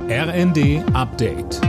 RND Update.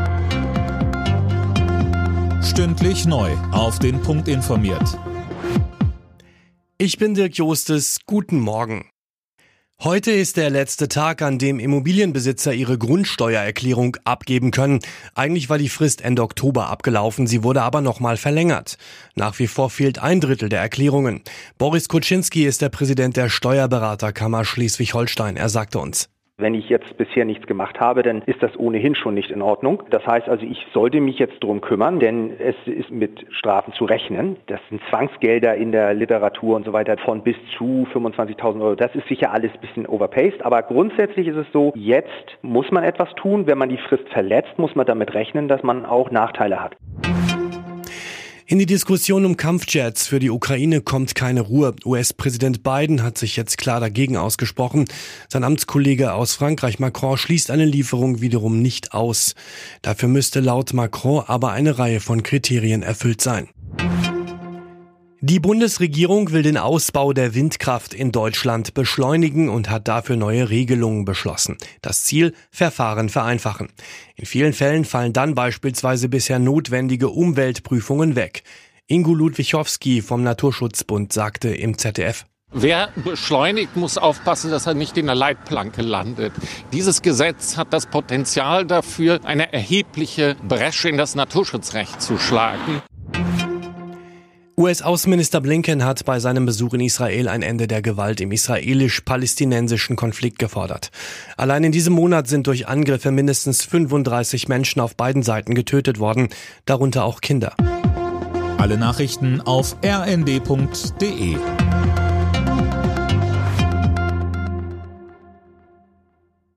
Stündlich neu auf den Punkt informiert. Ich bin Dirk Jostes. Guten Morgen. Heute ist der letzte Tag, an dem Immobilienbesitzer ihre Grundsteuererklärung abgeben können. Eigentlich war die Frist Ende Oktober abgelaufen, sie wurde aber nochmal verlängert. Nach wie vor fehlt 1/3 der Erklärungen. Boris Kuczynski ist der Präsident der Steuerberaterkammer Schleswig-Holstein. Er sagte uns: Wenn ich jetzt bisher nichts gemacht habe, dann ist das ohnehin schon nicht in Ordnung. Das heißt also, ich sollte mich jetzt drum kümmern, denn es ist mit Strafen zu rechnen. Das sind Zwangsgelder in der Literatur und so weiter von bis zu 25.000 Euro. Das ist sicher alles ein bisschen overpaced, aber grundsätzlich ist es so, jetzt muss man etwas tun. Wenn man die Frist verletzt, muss man damit rechnen, dass man auch Nachteile hat. In die Diskussion um Kampfjets für die Ukraine kommt keine Ruhe. US-Präsident Biden hat sich jetzt klar dagegen ausgesprochen. Sein Amtskollege aus Frankreich, Macron, schließt eine Lieferung wiederum nicht aus. Dafür müsste laut Macron aber eine Reihe von Kriterien erfüllt sein. Die Bundesregierung will den Ausbau der Windkraft in Deutschland beschleunigen und hat dafür neue Regelungen beschlossen. Das Ziel: Verfahren vereinfachen. In vielen Fällen fallen dann beispielsweise bisher notwendige Umweltprüfungen weg. Ingo Ludwichowski vom Naturschutzbund sagte im ZDF: Wer beschleunigt, muss aufpassen, dass er nicht in der Leitplanke landet. Dieses Gesetz hat das Potenzial dafür, eine erhebliche Bresche in das Naturschutzrecht zu schlagen. US-Außenminister Blinken hat bei seinem Besuch in Israel ein Ende der Gewalt im israelisch-palästinensischen Konflikt gefordert. Allein in diesem Monat sind durch Angriffe mindestens 35 Menschen auf beiden Seiten getötet worden, darunter auch Kinder. Alle Nachrichten auf rnd.de.